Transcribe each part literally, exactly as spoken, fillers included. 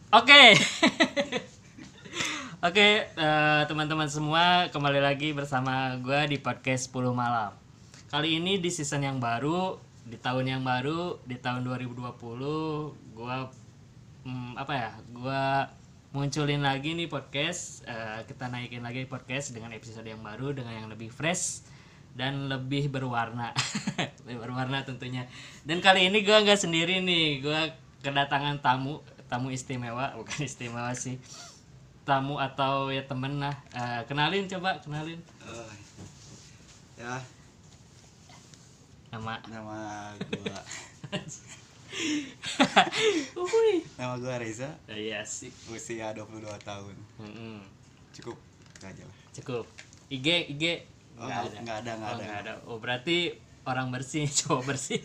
Oke. Oke, eh, teman-teman semua, kembali lagi bersama gue di podcast sepuluh malam. Kali ini di season yang baru, di tahun yang baru, di tahun dua ribu dua puluh, gue hmm, apa ya? Gue munculin lagi nih podcast. Eh, kita naikin lagi podcast dengan episode yang baru, dengan yang lebih fresh dan lebih berwarna. Lebih berwarna tentunya. Dan kali ini gue nggak sendiri nih, gue kedatangan tamu, tamu istimewa, bukan istimewa sih. Tamu atau ya temen lah. Uh, kenalin coba, kenalin. Uh, ya. Nama. Nama gua. Uhuy. Nama gua Reza. Iya sih. Usia dua puluh dua tahun. Mm-hmm. Cukup aja lah. Cukup. I G, I G. Oh, nggak ada. Nggak ada, nggak oh, ada. Nggak ada. Oh, berarti orang bersih, cowok bersih.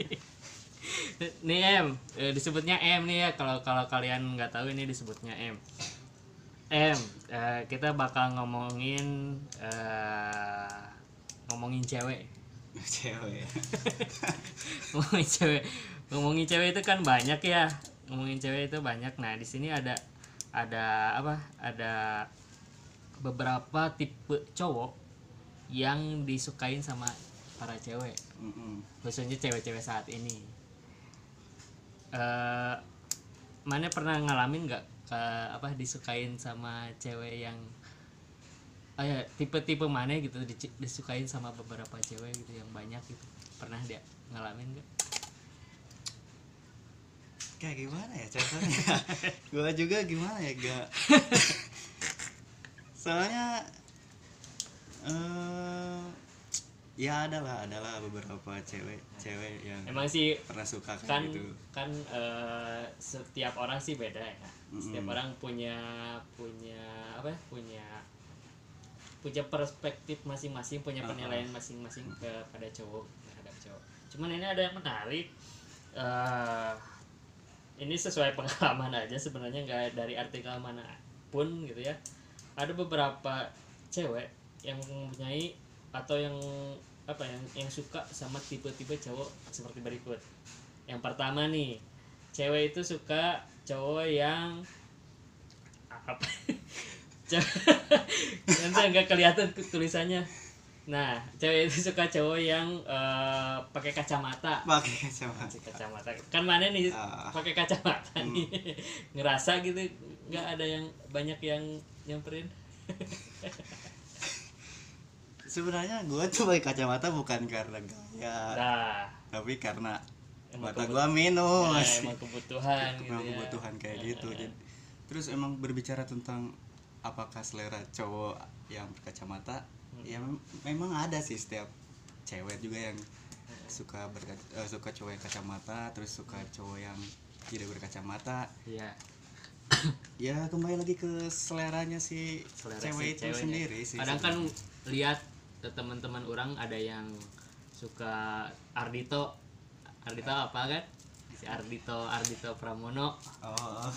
Nih M, eh, disebutnya M nih ya. Kalau kalau kalian nggak tahu ini disebutnya M. M, uh, kita bakal ngomongin uh, ngomongin cewek. Cewek. ngomongin cewek, ngomongin cewek itu kan banyak ya. Ngomongin cewek itu banyak. Nah di sini ada ada apa? Ada beberapa tipe cowok yang disukain sama para cewek, Mm-mm. khususnya cewek-cewek saat ini. Uh, mana pernah ngalamin nggak? Ke, apa disukain sama cewek yang oh ya, tipe-tipe mana gitu disukain sama beberapa cewek gitu yang banyak gitu, pernah dia ngalamin gak? Kayak gimana ya contohnya? Gua juga gimana ya gak. Soalnya uh, ya adalah adalah beberapa cewek cewek yang emang sih pernah suka kan gitu. kan uh, setiap orang sih beda ya. Setiap mm-hmm. orang punya punya apa ya, punya punya perspektif masing-masing, punya penilaian uh-huh. masing-masing kepada cowok terhadap cowok. Cuman ini ada yang menarik, uh, ini sesuai pengalaman aja sebenarnya, nggak dari artikel mana pun gitu ya. Ada beberapa cewek yang mempunyai atau yang apa yang yang suka sama tipe-tipe cowok seperti berikut. Yang pertama nih, cewek itu suka cowok yang apa? Nanti nggak kelihatan tulisannya. Nah, cewek itu suka cowok yang uh, pakai kacamata. Pakai kacamata. Pakai kacamata. Kan mana nih uh, pakai kacamata hmm. nih. Ngerasa gitu nggak ada yang banyak yang nyamperin. Sebenarnya gue tuh pakai kacamata bukan karena gaya, nah, tapi karena mata gue minus. Nah, emang kebutuhan gitu emang ya. kebutuhan kayak nah, gitu. Jadi, terus emang berbicara tentang apakah selera cowok yang berkacamata, hmm. ya mem- memang ada sih setiap cewek juga yang suka berkaca, uh, suka cowok yang kacamata, terus suka cowok yang tidak berkacamata. Iya. Ya kembali lagi ke seleranya si selera cewek si itu ceweknya. Sendiri sih. Kadang kan lihat teman-teman orang ada yang suka Ardito. Ardito apa kan? Si Ardito, Ardito Pramono. Oh.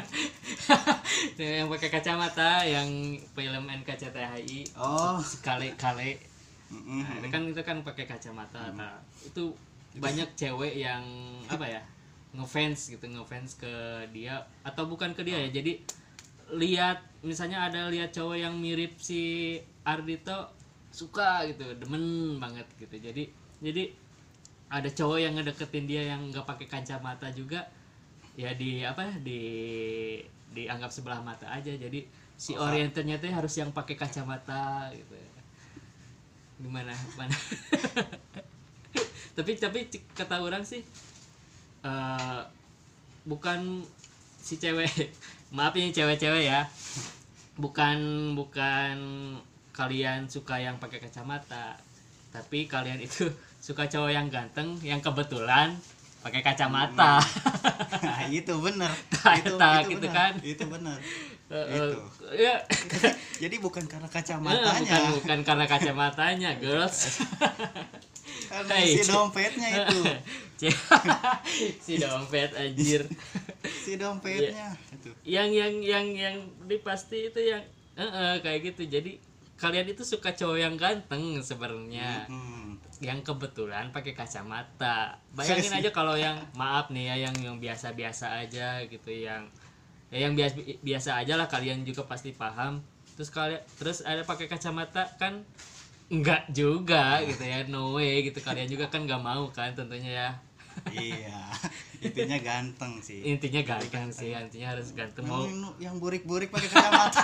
Yang pakai kacamata, yang film N K C T H I. Oh. Sekali-kali. Mm-hmm. Nah, itu kan itu kan pakai kacamata. Mm-hmm. Nah, itu banyak cewek yang apa ya? ngefans gitu, ngefans ke dia atau bukan ke dia ya. Jadi lihat misalnya ada lihat cowok yang mirip si Ardito, suka gitu, demen banget gitu. Jadi jadi ada cowok yang ngedeketin dia yang nggak pakai kacamata juga, ya di apa di dianggap sebelah mata aja. Jadi si oh, orienternya tuh harus yang pakai kacamata gitu. Gimana? Mana? tapi tapi kata orang sih uh, bukan si cewek, maaf ini cewek-cewek ya, bukan bukan kalian suka yang pakai kacamata, tapi kalian itu suka cowok yang ganteng yang kebetulan pakai kacamata. Nah, itu benar. Nah, itu nah, itu gitu benar. Kan? Itu benar. Uh, itu. Ya. Jadi bukan karena kacamatanya. bukan bukan karena kacamatanya, girls. Karena hey, si dompetnya itu. Si dompet anjir. Si dompetnya itu. Yang yang yang yang dipasti itu yang uh-uh, kayak gitu. Jadi kalian itu suka cowok yang ganteng sebenarnya. Mm-hmm. Yang kebetulan pakai kacamata. Bayangin aja kalau yang maaf nih ya yang yang biasa-biasa aja gitu, yang ya yang biasa biasa aja lah, kalian juga pasti paham. Terus kalian terus ada pakai kacamata kan enggak juga gitu ya, no way gitu, kalian juga kan nggak mau kan tentunya ya. Iya, intinya ganteng sih. Intinya ganteng sih, intinya harus ganteng. Mau Yang, yang burik-burik pakai kacamata.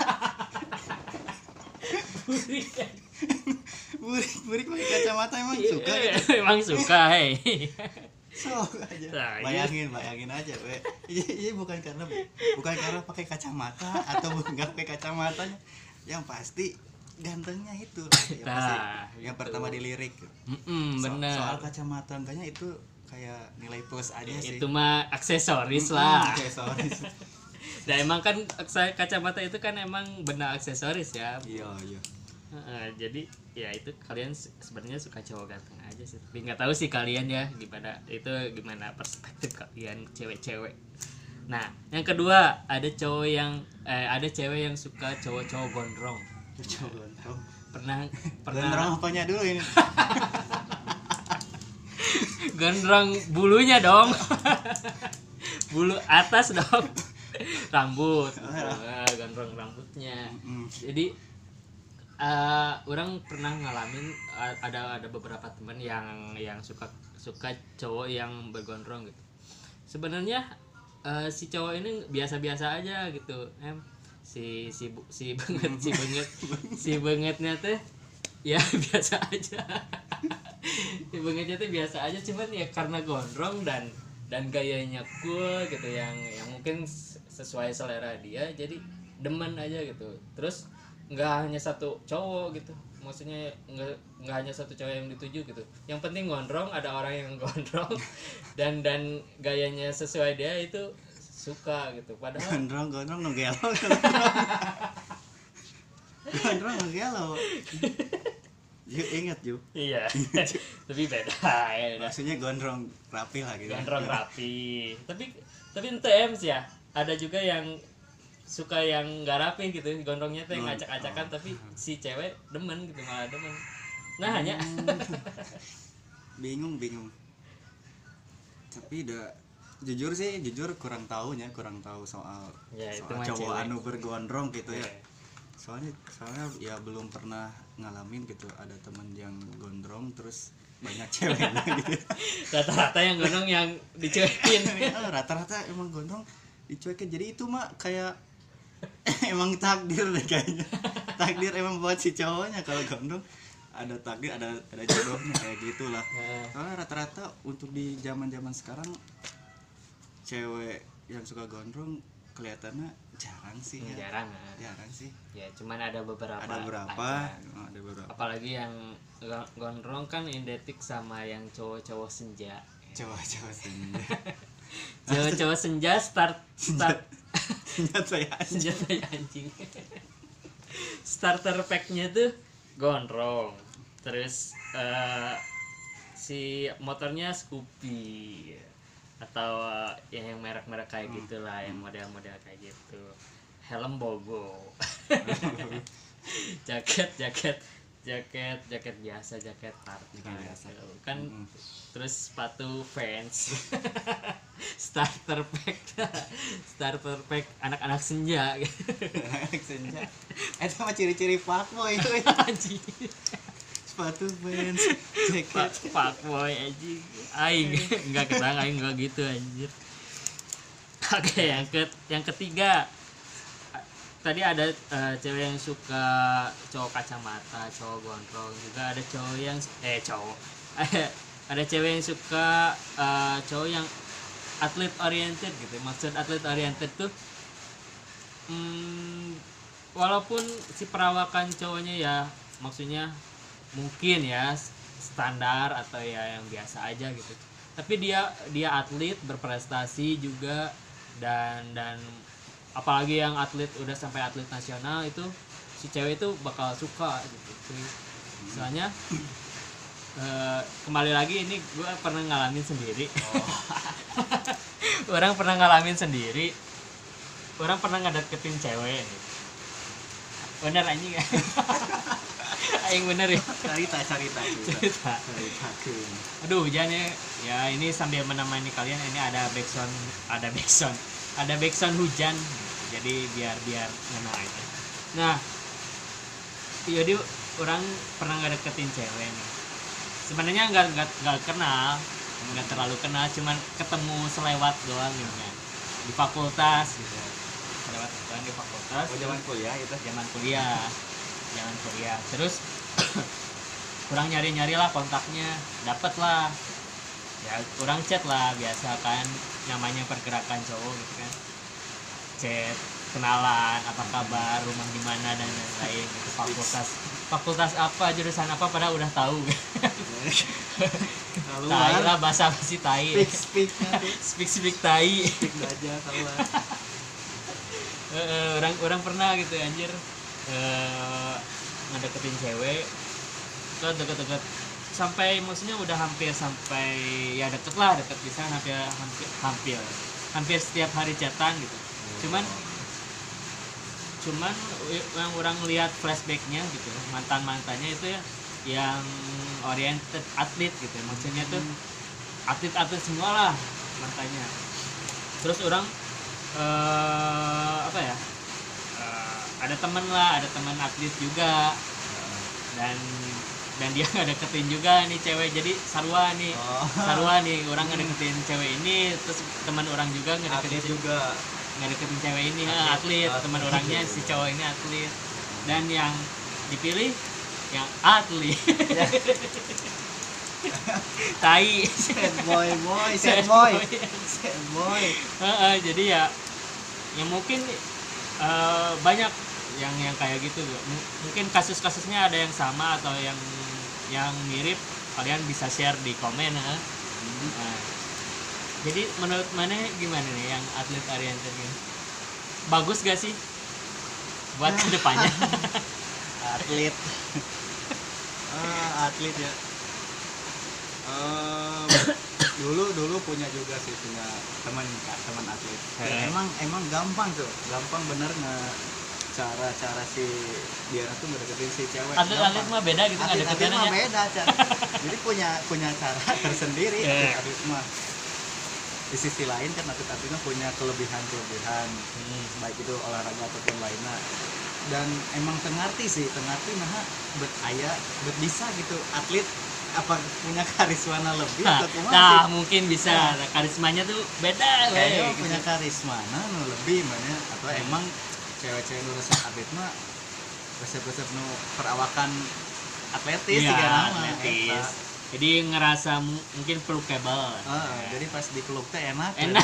Burik-burik pakai kacamata emang suka gitu. Emang suka, hei. So aja. Nah, Bayangin, bayangin aja, we. Ini bukan karena bukan karena pakai kacamata atau enggak pakai kacamatanya. Yang pasti gantengnya itu. Yang, pasti, Nah, yang gitu. pertama dilirik. Mm-mm, So- bener. Soal kacamata enggaknya itu kayak nilai plus aja sih. Itu mah aksesoris Mm-mm, lah. aksesoris. Dan emang kan aksa- kacamata itu kan emang benda aksesoris ya. Iya, iya. Heeh, jadi ya itu kalian se- sebenarnya suka cowok ganteng aja sih. Tapi nggak tahu sih kalian ya gimana, itu gimana perspektif kalian cewek-cewek. Nah, yang kedua ada cowok yang eh, ada cewek yang suka cowok-cowok gondrong. Cowok gondrong. Pernah Gondrong pernah apanya dulu ini? gondrong bulunya dong. Bulu atas dong. Rambut. Ah, gondrong rambutnya. Mm. Jadi uh, orang pernah ngalamin uh, ada ada beberapa teman yang yang suka suka cowok yang bergondrong gitu. Sebenarnya uh, si cowok ini biasa-biasa aja gitu, em si si bu- si banget si banget si bangetnya teh ya biasa aja. Si bangetnya teh biasa aja, cuman ya karena gondrong dan dan gayanya cool gitu, yang yang mungkin sesuai selera dia, jadi demen aja gitu. Terus nggak hanya satu cowok gitu, maksudnya nggak nggak hanya satu cowok yang dituju gitu, yang penting gondrong, ada orang yang gondrong dan dan gayanya sesuai dia, itu suka gitu. Padahal Gondrong, gondrong no gelo. Gondrong no gelo. Ju ingat Ju. iya tapi beda ya, beda. Maksudnya gondrong rapi lah gitu. Gondrong rapi, tapi tapi ente ems ya, ada juga yang suka yang nggak rapi gitu, gondrongnya tuh yang Oh, acak-acakan, oh. tapi si cewek demen gitu, malah demen. Nah hanya Bingung, bingung. Tapi udah jujur sih, jujur kurang tahunya, kurang tahu soal Ya, itu soal mah cowok cewek. anu bergondrong gitu ya. Iya. Soalnya soalnya ya belum pernah ngalamin gitu, ada temen yang gondrong terus banyak ceweknya gitu. Rata-rata yang gondrong yang dicuekin. Eh, rata-rata emang gondrong dicuekin, jadi itu mah kayak emang takdir deh kayaknya. Takdir emang buat si cowoknya, kalau gondrong ada takdir, ada ada jodohnya kayak gitulah. Nah, Soalnya rata-rata untuk di zaman-zaman sekarang cewek yang suka gondrong kelihatannya jarang sih ya. jarang ah. Jarang sih. Ya cuman ada beberapa Ada beberapa, aja. oh, ada beberapa. Apalagi yang go- gondrong kan identik sama yang cowok-cowok senja. Cowok-cowok sini. Cowok-cowok senja start start Senjata ya. senjata ya, anjing. Starter pack-nya tuh gondrong. Terus eh, si motornya Scoopy atau eh, yang yang merek-merek kayak gitulah, yang model-model kayak gitu. Helm Bogo. jaket jaket jaket jaket biasa, jaket party Jaket biasa. gitu. Kan Mm-mm. terus sepatu Vans. Starter pack. Starter pack anak-anak senja gitu. Senja. Itu mah ciri-ciri fuckboy itu. Anjing. Sepatu Vans, Pak jaket. Pak boy anjing. Aing enggak ketang, aing enggak gitu anjir. Oke, yang ke yang ketiga. Tadi ada eh, cewek yang suka cowok kacamata, cowok gondrong, juga ada cowok yang eh cowok. Ada ada cewek yang suka eh, cowok yang atlet oriented gitu. Maksud atlet oriented tuh hmm, walaupun si perawakan cowoknya ya maksudnya mungkin ya standar atau ya yang biasa aja gitu, tapi dia dia atlet berprestasi juga, dan dan apalagi yang atlet udah sampai atlet nasional, itu si cewek itu bakal suka gitu cuy. Soalnya eh, kembali lagi ini gue pernah ngalamin sendiri. Orang pernah ngalamin sendiri, orang pernah ngedeketin cewek nih. Bener anjing. Aing bener ya. Cerita, cerita, cerita. Cerita. Ceritakeun. Aduh hujannya ya, ini sambil menemani kalian, ini ada backsound ada backsound ada backsound hujan. jadi biar biar ngena aja. Nah jadi orang pernah nggak deketin cewek nih, sebenarnya nggak nggak nggak kenal, nggak terlalu kenal, cuman ketemu selewat doang gitu kan di fakultas gitu, selewat doang di fakultas. Oh, zaman kuliah itu. Zaman kuliah, zaman kuliah. Terus kurang nyari-nyari lah kontaknya, dapet lah. Ya kurang chat lah, biasa kan namanya pergerakan cowok gitu kan. Chat, kenalan, apa kabar, rumah di mana dan lain-lain gitu. Fakultas fakultas apa, jurusan apa pada udah tahu. Tai lah, bahasa basi tai. Speak speak speak speak tai. speak aja tahu lah. Uh, orang orang pernah gitu anjir uh, ngedeketin cewek ke deket-deket sampai maksudnya udah hampir sampai ya deket lah, deket bisa hampir hampir hampir hampir setiap hari chatan gitu. Cuman cuman yang orang lihat flashbacknya gitu, mantan mantannya itu ya yang oriented atlet gitu, maksudnya tuh atlet-atlet semua lah mantannya. Terus orang Uh, apa ya uh, ada temen lah, ada teman atlet juga, dan dan dia ngedeketin juga nih cewek, jadi sarua nih. Oh. sarua nih orang ngedeketin cewek ini, terus teman orang juga ngedeketin juga ngedeketin cewek ini, atlet, atlet. atlet. Teman orangnya si cowok ini atlet, dan yang dipilih yang atlet. Tai. Sad boy boy, sad boy, sad boy. Uh, uh, jadi ya, ya mungkin uh, banyak yang yang kayak gitu. M- mungkin kasus-kasusnya ada yang sama atau yang yang mirip. Kalian bisa share di komen. Uh. Hmm. Uh, jadi menurut mana gimana nih yang atlet oriented ini? Bagus gak sih buat kedepannya? Atlet. ah, atlet ya. Um, dulu dulu punya juga sih, punya teman teman atlet. Ya, emang emang gampang tuh, gampang bener nge cara-cara si dia tuh ngedeketin si cewek. Atlet-atlet mah beda gitu, atlet, atlet mah beda cara. Jadi punya punya cara tersendiri. Yeah. Atlet mah di sisi lain kan atlet-atletnya punya kelebihan-kelebihan, hmm. baik itu olahraga ataupun lainnya. Dan emang tengarti sih, tengarti nah bet aya, bet bisa gitu atlet apa punya karisma lebih nah, atau kumaha nah sih? Mungkin bisa nah, karismanya tuh beda kayaknya gitu. Punya karisma nah lebih mana atau hmm. emang cewek-cewek nu resep atlet mah resep-resep nu perawakan atletis ya, ya, atletis. Jadi ngerasa m- mungkin pelukable. Uh, ya. Jadi pas dipeluk teh enak. Enak.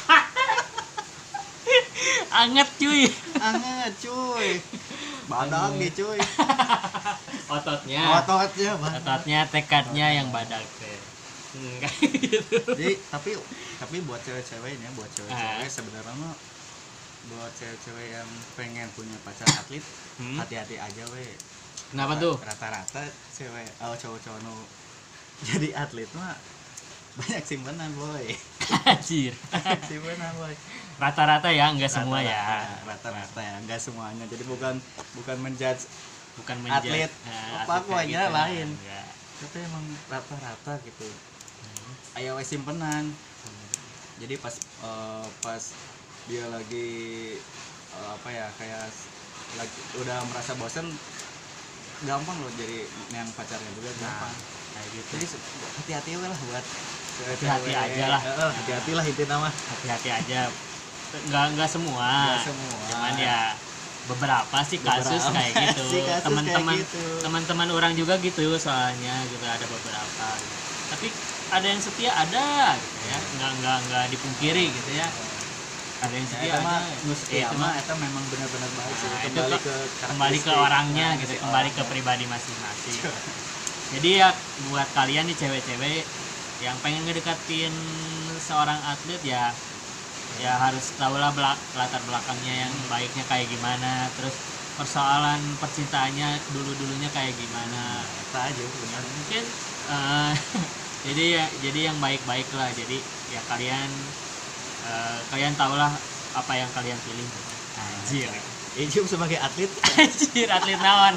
Anget cuy. Anget cuy. Badak nih cuy. Ototnya. Ototnya, badak. Ototnya, tekadnya Ototnya. Yang badak teh. Enggak gitu. Jadi tapi tapi buat cewek-cewek ini, buat cewek-cewek ah. sebenarnya mah buat cewek-cewek yang pengen punya pacar atlet, hmm? hati-hati aja we. Kenapa tuh? Rata-rata cewek oh cowok-cowok nu jadi atlet mah banyak simpenan boy. Anjir. Simpenan boy. Rata-rata ya, enggak rata-rata, semua ya. Rata-rata ya, enggak semuanya. Jadi bukan bukan menjudge bukan menjudge atlet. Nah, apa pokoknya gitu, lain. Enggak. Tapi emang rata-rata gitu. Hmm. Aya we simpenan. Hmm. Jadi pas uh, pas dia lagi uh, apa ya kayak lagi udah merasa bosan, gampang loh jadi yang pacarnya juga gampang. Nah, kayak gitu. Jadi hati-hati lah buat hati-hati aja lah. Uh, hati-hati lah intinya mah. Hati-hati aja. Enggak enggak semua. Enggak semua. Cuman ya beberapa sih kasus beberapa. Kayak gitu. Kasus teman-teman kayak gitu. Teman-teman orang juga gitu soalnya gitu, ada beberapa. Gitu. Tapi ada yang setia ada gitu ya. Enggak enggak enggak dipungkiri gitu ya. Ada yang setia ya, ada. Ya, itu mah itu memang benar-benar baik sih. Nah, kembali ke, ke kembali ke orangnya nah, gitu, kembali orang. Ke pribadi masing-masing. Jadi ya buat kalian nih cewek-cewek yang pengen ngedekatin seorang atlet ya ya harus tahulah belak, latar belakangnya yang baiknya kayak gimana, terus persoalan percintaannya dulu-dulunya kayak gimana. Itu aja benar. Mungkin uh, jadi ya jadi yang baik-baik lah. Jadi ya kalian uh, kalian tahulah apa yang kalian pilih. Anjir. Ijum sebagai atlet. Anjir, atlet naon?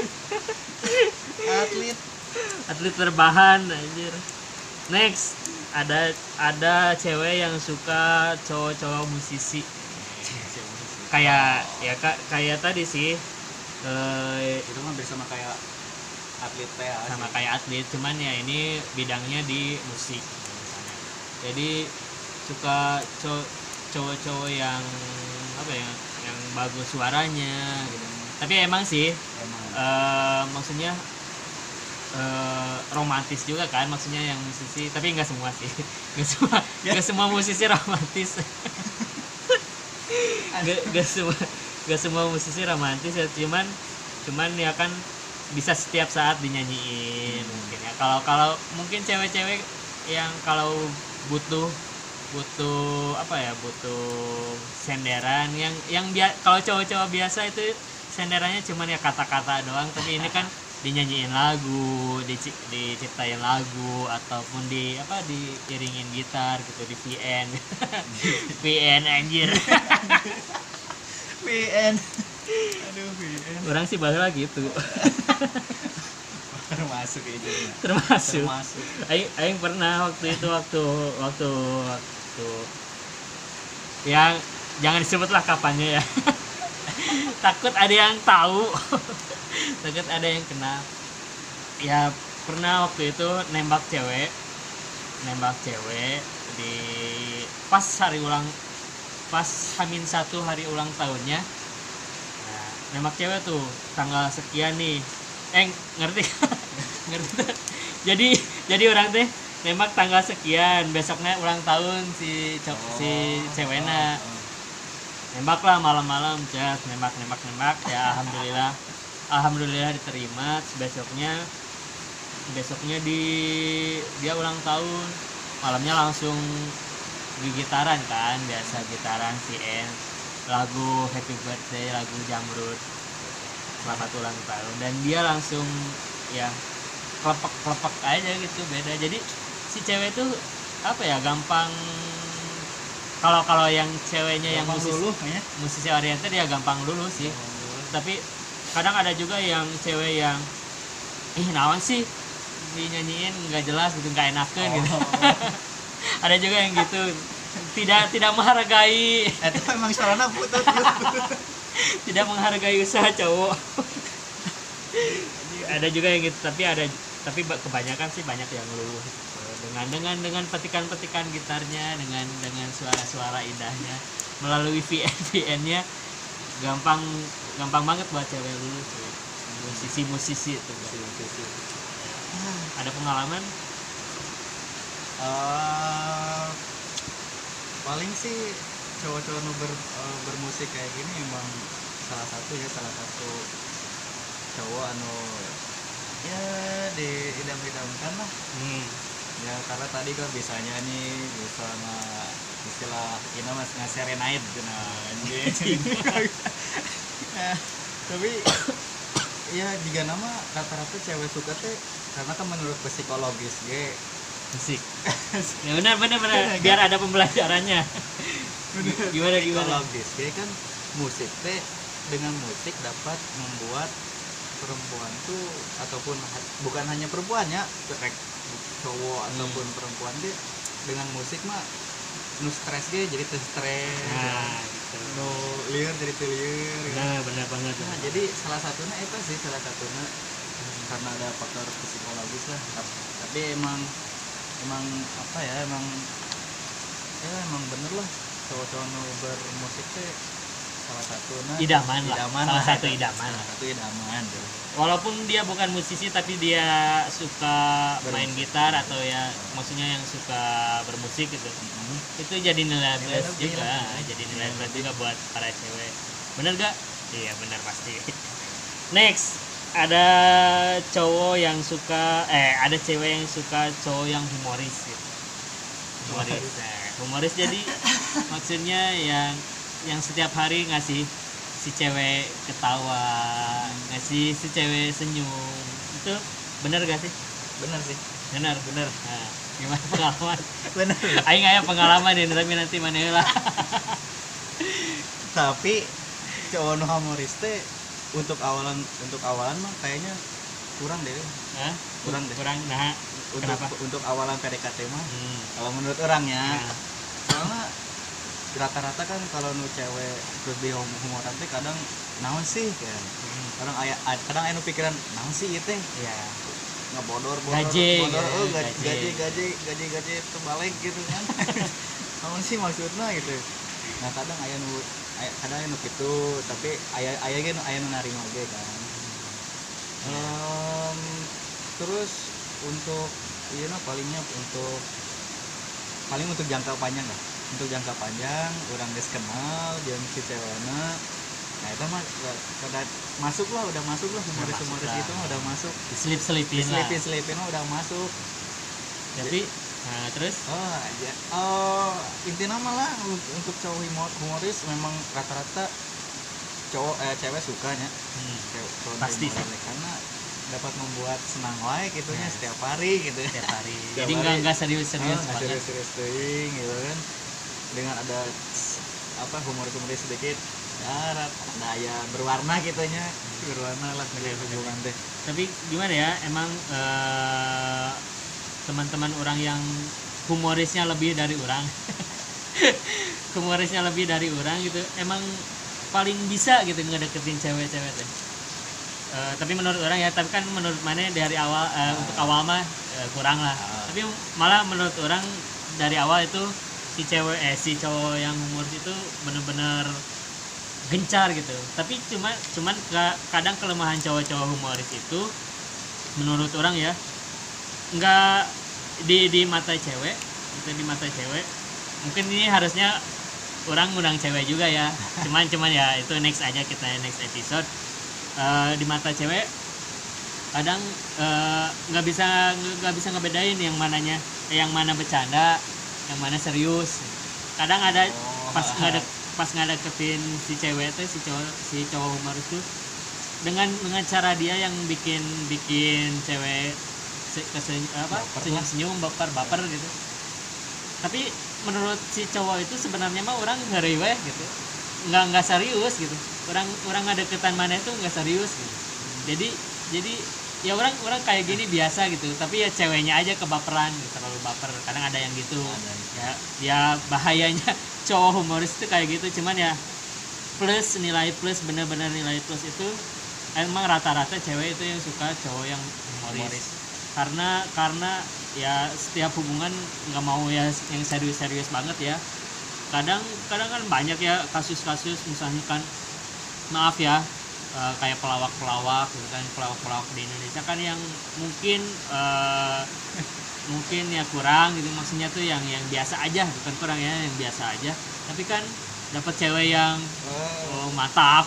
Atlet atlet terbahan anjir. Next ada ada cewek yang suka cowok-cowok musisi kayak ya kak kayak tadi sih eh, Itu mah hampir sama kayak atlet teh ya, sama sih. kayak atlet cuman ya ini bidangnya di musik misalnya. Jadi suka cow- cowok-cowok yang apa ya yang bagus suaranya gitu. Tapi emang sih Emang eh, maksudnya eh, romantis juga kan maksudnya yang musisi tapi nggak semua sih nggak semua nggak semua musisi romantis nggak nggak semua nggak semua musisi romantis ya cuman cuman ya kan bisa setiap saat dinyanyiin mungkin ya kalau kalau mungkin cewek-cewek yang kalau butuh butuh apa ya butuh senderan yang yang bia- kalau cowok-cowok biasa itu senderannya cuman ya kata-kata doang tapi ini kan dinyanyiin lagu dici- diciptain lagu ataupun di apa diiringin gitar gitu di V N V N anjir V N. Aduh, V N. orang sih bahasa gitu Termasuk itu. termasuk Termasuk. aing aing pernah waktu itu waktu waktu waktu yang jangan disebutlah kapannya ya takut ada yang tahu takut ada yang kenal ya pernah waktu itu nembak cewek nembak cewek di pas hari ulang pas Hamin satu hari ulang tahunnya nah, nembak cewek tuh tanggal sekian nih eh ngerti ngerti jadi jadi orang teh nembak tanggal sekian besoknya ulang tahun si co- Oh, si ceweknya oh, oh. nembak lah malam-malam jas nembak nembak nembak ya alhamdulillah alhamdulillah diterima. Besoknya besoknya di dia ulang tahun malamnya langsung di gitaran kan biasa gitaran si N lagu Happy Birthday lagu Jamrud selamat ulang tahun dan dia langsung ya kelepek kelepek aja gitu beda jadi si cewek tuh apa ya gampang kalau kalau yang ceweknya yang Gampang musisi luluh, ya. musisi oriented ya gampang dulu sih tapi kadang ada juga yang cewek yang ih naon sih dinyanyiin nggak jelas gitu nggak enakan Oh. gitu ada juga yang gitu tidak tidak menghargai Itu emang suaranya putut. tidak menghargai usaha cowok ada juga yang gitu tapi ada tapi ba- kebanyakan sih banyak yang luluh dengan dengan dengan petikan-petikan gitarnya dengan dengan suara-suara indahnya melalui V N V N-nya gampang gampang banget buat cewek lulus sih. musisi-musisi itu musisi. Ada pengalaman Eh, paling sih cowok-cowok nu ber, eh, bermusik kayak gini emang salah satu ya salah satu cowok anu ya diidam-idamkan lah hmm. ya karena tadi kan biasanya nih bisa mah istilah ini mas ngaserenaid gitu nah anjing. Nah, tapi ya jika nama rata-rata cewek suka teh karena kan menurut psikologis ge musik ya benar benar benar biar ada pembelajarannya gimana gimana psikologis ge kan musik teh dengan musik dapat membuat perempuan tuh ataupun ha- bukan hanya perempuannya rek cowok ataupun perempuan dia dengan musik mah nu stres ge jadi teu stres nah gitu. nu lieur jadi teu lieur gitu. benar benar banget Nah, jadi salah satunya itu sih salah satunya karena ada faktor psikologis lah Tap- tapi emang emang apa ya emang ya emang bener lah cowok-cowok nu bermusik teh salah satunya Idaman lah. Salah lah, satu itu. idaman. salah satu idaman tuh. walaupun dia bukan musisi tapi dia suka main Bermusik. gitar atau ya maksudnya yang suka bermusik gitu Mhm. itu jadi nilai Nilai plus lebih juga lah. jadi nilai plus juga buat para cewek bener gak iya bener pasti next ada cowok yang suka eh ada cewek yang suka cowok yang humoris gitu humoris nah, humoris jadi maksudnya yang yang setiap hari ngasih si cewek ketawa ngasih si cewek senyum itu bener gak sih bener sih bener bener nah, gimana pengalaman bener aing aya pengalaman ini tapi nanti mana lah tapi cowok nu humoris teh untuk awalan untuk awalan mah kayaknya kurang deh Hah? Kurang deh. Kurang nah. Untuk Kenapa? untuk awalan P D K T mah Hmm. kalau menurut orangnya Ya. soalnya rata-rata kan kalau nu cewek terus di hum- humoran teh kadang naon sih ya. Hmm. Kadang aya kadang aya nu pikiran naon sih ieu teh Ya. ngebodor bodor Gaje, bodor ya, oh, gaji gaje. gaji gaji gaji gaji terbalik gitu kan. Naon sih maksudnya gitu. Nah kadang aya nu aya kadang aya nu kitu tapi aya aya ge aya nu narima ge kan. Em, terus untuk iya nah palingnya untuk paling untuk jangka panjang lah untuk jangka panjang orang geus kenal jeung si cewekna nah itu mah udah masuk lah udah masuk lah humoris humoris masuk gitu lah. mah udah masuk Diselip-selipin lah. selipin selipin mah udah masuk Tapi nah terus oh aja oh intinya malah untuk cowok humor, humoris memang rata-rata cowok eh, cewek sukanya hmm. cewek cowok Pasti humoran sih. karena dapat membuat senang wae gitunya Yes. setiap hari gitu ya Tiap hari. Tiap Jadi hari. enggak enggak serius-serius Ah, nggak banget. serius-serius teuing gitu kan dengan ada apa humor-humoris sedikit ya ada ya berwarna gitunya berwarna lah dengan hubungan teh Tapi gimana ya? Emang eh, teman-teman orang yang humorisnya lebih dari orang. Humorisnya lebih dari orang gitu. Emang paling bisa gitu ngedeketin cewek-cewek teh. Eh, tapi menurut orang ya, tapi kan menurut mana dari awal eh, Ah. untuk awal mah eh, kurang lah. Ah. Tapi malah menurut orang dari awal itu si cewek eh si cowok yang humoris itu bener-bener gencar gitu. Tapi cuma cuman ka- kadang kelemahan cowok-cowok humoris itu menurut orang ya nggak di di mata cewek itu di mata cewek mungkin ini harusnya orang ngundang cewek juga ya cuman cuman ya itu next aja kita next episode. Eh, di mata cewek kadang eh, nggak bisa nggak bisa ngebedain yang mananya eh, yang mana bercanda yang mana serius. Kadang ada Oh. pas nggak ada pas nggak deketin si cewek teh si cowok si cowok humoris tuh dengan dengan cara dia yang bikin bikin cewek se- kesen, apa Baper senyum senyum baper baper gitu. Tapi menurut si cowok itu sebenarnya mah orang ngeri weh gitu, nggak nggak serius gitu. Orang orang ngadeketan mana itu nggak serius gitu. Jadi jadi ya orang orang kayak gini biasa gitu. Tapi ya ceweknya aja kebaperan gitu, terlalu baper. Kadang ada yang gitu. Ada. Ya ya bahayanya cowok humoris itu kayak gitu. Cuman ya plus nilai plus bener-bener nilai plus itu emang rata-rata cewek itu yang suka cowok yang humoris. Humoris. Karena karena ya setiap hubungan nggak mau ya yang serius-serius banget ya. Kadang kadang kan banyak ya kasus-kasus misalnya kan maaf ya eh, kayak pelawak-pelawak gitu kan pelawak-pelawak di Indonesia kan yang mungkin eh, mungkin ya kurang gitu maksudnya tuh yang yang biasa aja bukan kurang ya yang biasa aja tapi kan dapat cewek yang oh. oh, mantap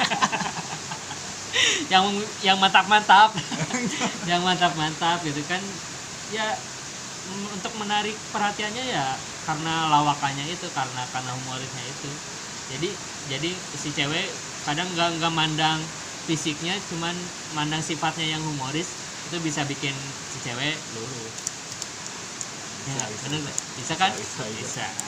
yang yang mantap-mantap yang mantap-mantap gitu kan ya m- untuk menarik perhatiannya ya karena lawakannya itu karena karena humorisnya itu jadi jadi si cewek kadang nggak nggak mandang fisiknya cuman mandang sifatnya yang humoris itu bisa bikin si cewek luluh ya Bisa, bisa, bener bisa. nggak? Bisa kan Bisa, bisa, bisa. bisa